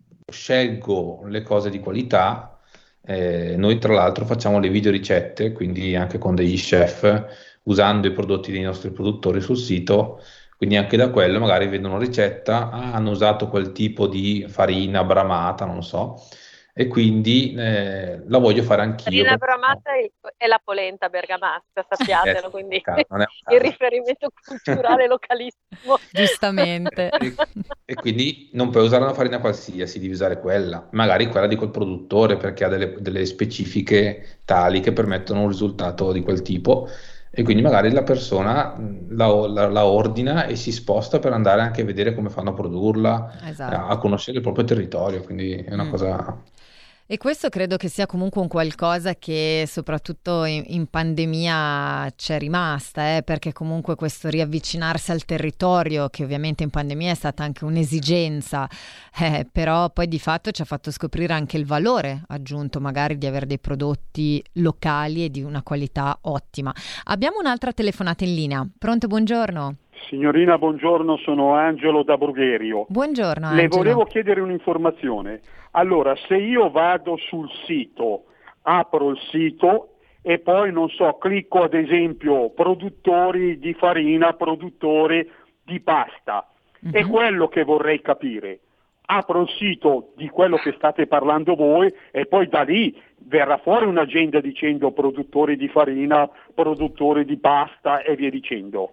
scelgo le cose di qualità. Eh, noi tra l'altro facciamo le video ricette, quindi anche con degli chef, usando i prodotti dei nostri produttori sul sito, quindi anche da quello magari vedono ricetta, ah, hanno usato quel tipo di farina bramata, non so, e quindi eh, la voglio fare anch'io. Farina perché- bramata è è la polenta bergamasca, sappiatelo, Eh, quindi non è un il caso. riferimento culturale localissimo. Giustamente. E, e quindi non puoi usare una farina qualsiasi, devi usare quella, magari quella di quel produttore perché ha delle, delle specifiche tali che permettono un risultato di quel tipo, e quindi magari la persona mh, la, la- la ordina e si sposta per andare anche a vedere come fanno a produrla, Esatto. a, a conoscere il proprio territorio, quindi è una Mm. cosa... E questo credo che sia comunque un qualcosa che soprattutto in, in pandemia c'è rimasta, eh, perché comunque questo riavvicinarsi al territorio, che ovviamente in pandemia è stata anche un'esigenza, eh, però poi di fatto ci ha fatto scoprire anche il valore aggiunto magari di avere dei prodotti locali e di una qualità ottima. Abbiamo un'altra telefonata in linea. Pronto, buongiorno. Signorina, buongiorno, sono Angelo da Brugherio. Buongiorno, Angelo. Le volevo chiedere un'informazione. Allora, se io vado sul sito, apro il sito e poi, non so, clicco ad esempio produttori di farina, produttori di pasta, mm-hmm. è quello che vorrei capire. Apro il sito di quello che state parlando voi e poi da lì verrà fuori un'agenda dicendo produttori di farina, produttori di pasta e via dicendo.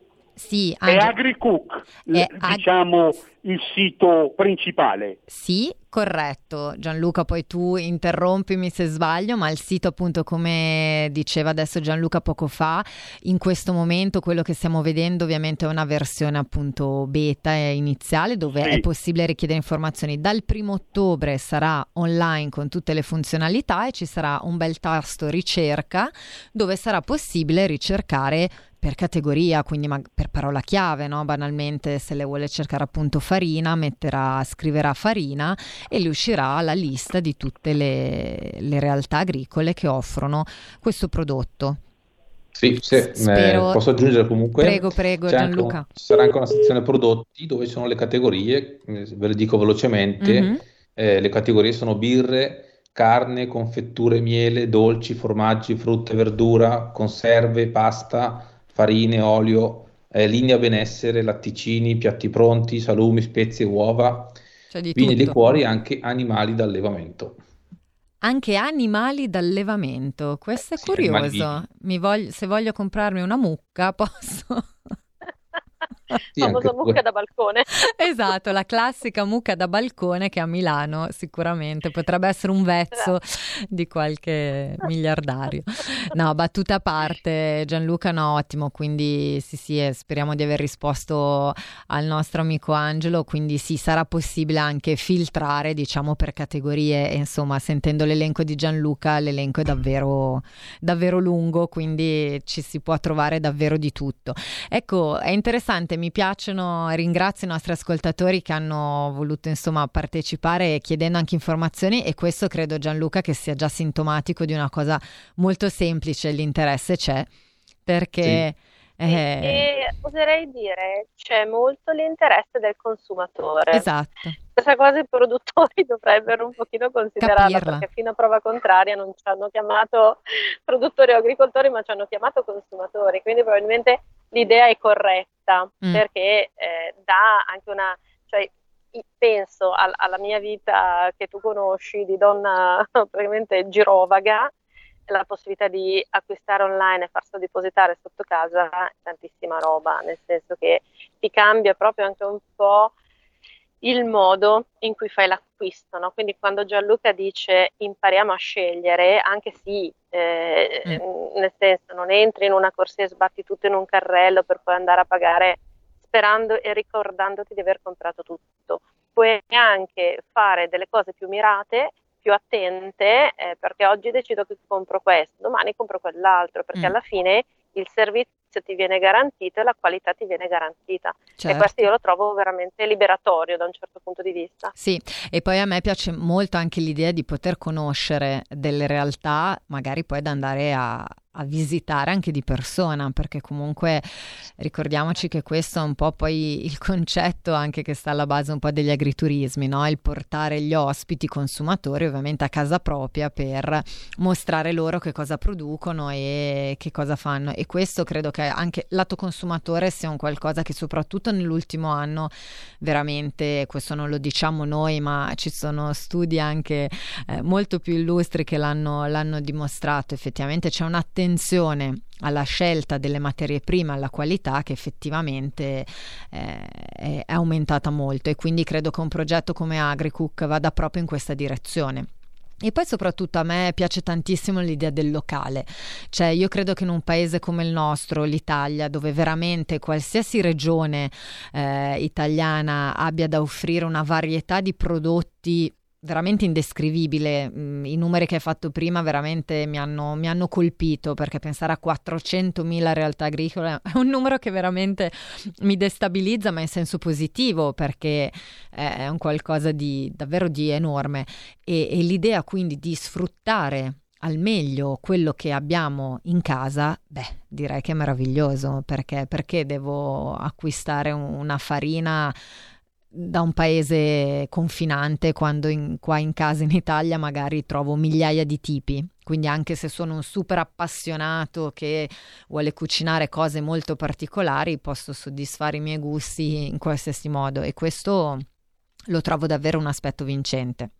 Sì, Angelo. È AgriCook, è diciamo ag... il sito principale. Sì, corretto. Gianluca, poi tu interrompimi se sbaglio, ma il sito, appunto, come diceva adesso Gianluca poco fa, in questo momento quello che stiamo vedendo ovviamente è una versione appunto beta e iniziale, dove sì. è possibile richiedere informazioni. Dal primo ottobre sarà online con tutte le funzionalità e ci sarà un bel tasto ricerca dove sarà possibile ricercare per categoria, quindi ma- per parola chiave, no? Banalmente, se le vuole cercare appunto farina, metterà, scriverà farina e le uscirà la lista di tutte le, le realtà agricole che offrono questo prodotto. Sì, sì. Spero... eh, posso aggiungere comunque? Prego, prego, c'è Gianluca. Anche un, ci sarà anche una sezione prodotti dove ci sono le categorie, ve le dico velocemente, mm-hmm. eh, le categorie sono birre, carne, confetture, miele, dolci, formaggi, frutta e verdura, conserve, pasta, farine, olio, eh, linea benessere, latticini, piatti pronti, salumi, spezie, uova, vini, liquori e anche animali d'allevamento. Anche animali d'allevamento, questo è sì, curioso. Mi voglio, se voglio comprarmi una mucca posso... Sì, famosa mucca que- da balcone. Esatto, la classica mucca da balcone che a Milano sicuramente potrebbe essere un vezzo di qualche miliardario. No, battuta a parte, Gianluca, no, ottimo, quindi sì sì, speriamo di aver risposto al nostro amico Angelo, quindi sì, sarà possibile anche filtrare, diciamo, per categorie, e insomma, sentendo l'elenco di Gianluca, l'elenco è davvero davvero lungo, quindi ci si può trovare davvero di tutto. Ecco, è interessante, mi piacciono, ringrazio i nostri ascoltatori che hanno voluto insomma partecipare chiedendo anche informazioni, e questo credo, Gianluca, che sia già sintomatico di una cosa molto semplice: l'interesse c'è, perché sì. eh... e oserei dire c'è molto l'interesse del consumatore. Esatto. Questa cosa i produttori dovrebbero un pochino considerarla, capirla, perché fino a prova contraria non ci hanno chiamato produttori o agricoltori, ma ci hanno chiamato consumatori, quindi probabilmente l'idea è corretta, mm. perché eh, dà anche una, cioè penso al, alla mia vita che tu conosci di donna praticamente girovaga, la possibilità di acquistare online e farsi depositare sotto casa è tantissima roba, nel senso che ti cambia proprio anche un po' il modo in cui fai l'acquisto, no? Quindi quando Gianluca dice impariamo a scegliere, anche sì, eh, mm. nel senso non entri in una corsia e sbatti tutto in un carrello per poi andare a pagare sperando e ricordandoti di aver comprato tutto. Puoi anche fare delle cose più mirate, più attente, eh, perché oggi decido che compro questo, domani compro quell'altro, perché mm. alla fine il servizio ti viene garantito e la qualità ti viene garantita. Certo. E questo io lo trovo veramente liberatorio da un certo punto di vista. Sì, e poi a me piace molto anche l'idea di poter conoscere delle realtà, magari poi da andare a, a visitare anche di persona, perché comunque ricordiamoci che questo è un po' poi il concetto anche che sta alla base un po' degli agriturismi, no? Il portare gli ospiti consumatori ovviamente a casa propria per mostrare loro che cosa producono e che cosa fanno, e questo credo che anche lato consumatore sia un qualcosa che soprattutto nell'ultimo anno veramente, questo non lo diciamo noi ma ci sono studi anche eh, molto più illustri che l'hanno, l'hanno dimostrato, effettivamente c'è un'attenzione alla scelta delle materie prime, alla qualità, che effettivamente eh, è aumentata molto, e quindi credo che un progetto come AgriCook vada proprio in questa direzione. E poi soprattutto a me piace tantissimo l'idea del locale, cioè io credo che in un paese come il nostro, l'Italia, dove veramente qualsiasi regione eh, italiana abbia da offrire una varietà di prodotti veramente indescrivibile. I numeri che hai fatto prima veramente mi hanno, mi hanno colpito, perché pensare a quattrocentomila realtà agricole è un numero che veramente mi destabilizza, ma in senso positivo, perché è un qualcosa di davvero di enorme, e, e l'idea quindi di sfruttare al meglio quello che abbiamo in casa, beh, direi che è meraviglioso, perché, perché devo acquistare una farina da un paese confinante quando in, qua in casa in Italia magari trovo migliaia di tipi. Quindi anche se sono un super appassionato che vuole cucinare cose molto particolari, posso soddisfare i miei gusti in qualsiasi modo, e questo lo trovo davvero un aspetto vincente.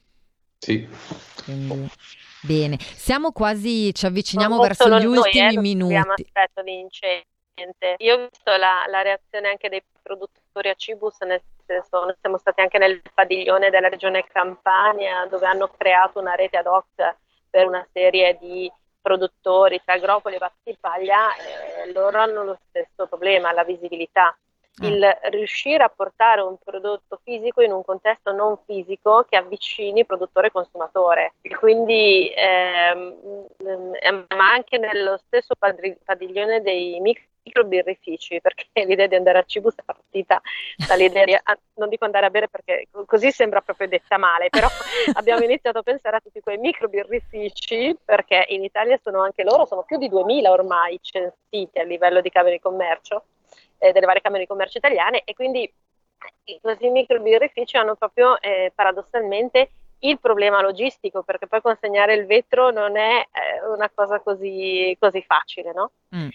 Sì. Quindi, bene, siamo quasi, ci avviciniamo Non verso solo gli noi, ultimi eh, minuti. non aspetto vincente. Io ho visto la, la reazione anche dei produttori a Cibus, nel senso, noi siamo stati anche nel padiglione della regione Campania, dove hanno creato una rete ad hoc per una serie di produttori tra Agropoli e Battipaglia, e loro hanno lo stesso problema, la visibilità. Il riuscire a portare un prodotto fisico in un contesto non fisico che avvicini produttore e consumatore. Quindi, ehm, ma anche nello stesso padri- padiglione dei micro birrifici, perché l'idea di andare a Cibus è partita dall'idea di, non dico andare a bere perché così sembra proprio detta male, però abbiamo iniziato a pensare a tutti quei micro birrifici, perché in Italia sono anche loro, sono più di duemila ormai censiti a livello di camere di commercio, delle varie camere di commercio italiane, e quindi questi micro birrifici hanno proprio eh, paradossalmente il problema logistico, perché poi consegnare il vetro non è eh, una cosa così, così facile, no? Mm.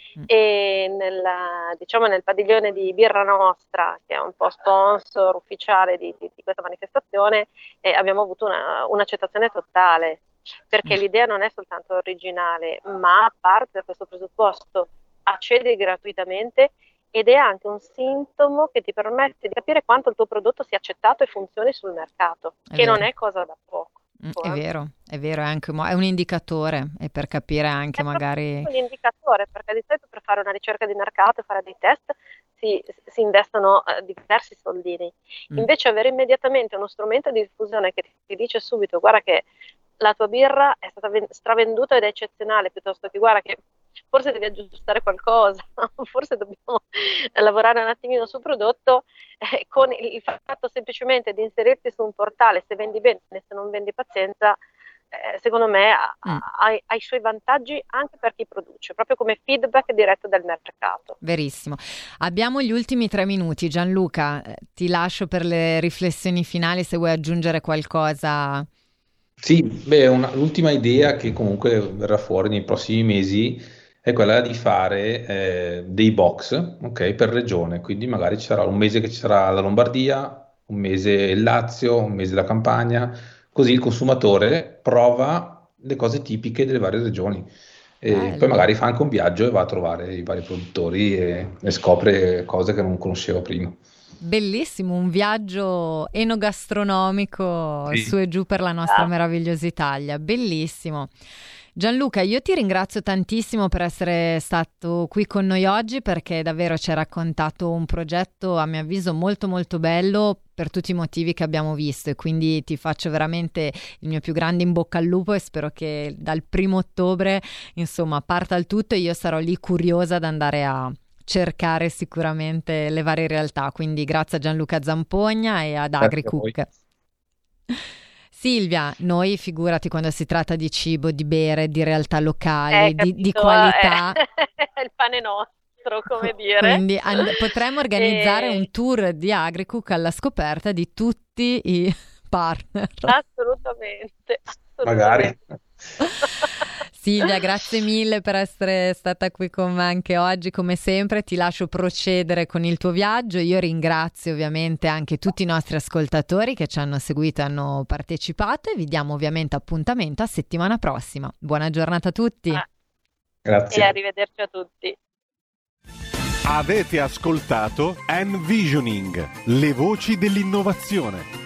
E nella, diciamo nel padiglione di Birra Nostra, che è un po' sponsor ufficiale di, di, di questa manifestazione, eh, abbiamo avuto una, un'accettazione totale, perché mm. l'idea non è soltanto originale, ma parte da questo presupposto: accedi gratuitamente, ed è anche un sintomo che ti permette di capire quanto il tuo prodotto sia accettato e funzioni sul mercato, è che vero. Non è cosa da poco. Mm, è vero, è vero, è anche è un indicatore, e per capire anche è magari... un indicatore, perché di solito per fare una ricerca di mercato e fare dei test si, si investono eh, diversi soldini. Mm. Invece avere immediatamente uno strumento di diffusione che ti, ti dice subito: guarda che la tua birra è stata stravenduta ed è eccezionale, piuttosto che guarda che forse devi aggiustare qualcosa, forse dobbiamo lavorare un attimino sul prodotto, eh, con il fatto semplicemente di inserirti su un portale, se vendi bene, se non vendi pazienza, eh, secondo me ha, mm. ha, ha i suoi vantaggi anche per chi produce, proprio come feedback diretto dal mercato. Verissimo. Abbiamo gli ultimi tre minuti. Gianluca, ti lascio per le riflessioni finali, se vuoi aggiungere qualcosa. Sì, beh, una, l'ultima idea che comunque verrà fuori nei prossimi mesi è quella di fare eh, dei box, ok, per regione. Quindi magari ci sarà un mese che ci sarà la Lombardia, un mese il Lazio, un mese la Campania, così il consumatore prova le cose tipiche delle varie regioni. E Bello. Poi magari fa anche un viaggio e va a trovare i vari produttori e, e scopre cose che non conosceva prima. Bellissimo, un viaggio enogastronomico Sì. su e giù per la nostra meravigliosa Italia, bellissimo. Gianluca, io ti ringrazio tantissimo per essere stato qui con noi oggi, perché davvero ci hai raccontato un progetto, a mio avviso, molto molto bello per tutti i motivi che abbiamo visto, e quindi ti faccio veramente il mio più grande in bocca al lupo, e spero che dal primo ottobre, insomma, parta il tutto, e io sarò lì curiosa ad andare a cercare sicuramente le varie realtà. Quindi grazie a Gianluca Zampogna e ad AgriCook. Silvia, noi figurati quando si tratta di cibo, di bere, di realtà locali, eh, di, di capito, qualità. È il pane nostro, come dire. Quindi and- potremmo organizzare E- un tour di AgriCook alla scoperta di tutti i partner. Assolutamente, Magari. Silvia, grazie mille per essere stata qui con me anche oggi, come sempre. Ti lascio procedere con il tuo viaggio. Io ringrazio ovviamente anche tutti i nostri ascoltatori che ci hanno seguito e hanno partecipato, e vi diamo ovviamente appuntamento a settimana prossima. Buona giornata a tutti. Ah. Grazie. E arrivederci a tutti. Avete ascoltato Envisioning, le voci dell'innovazione.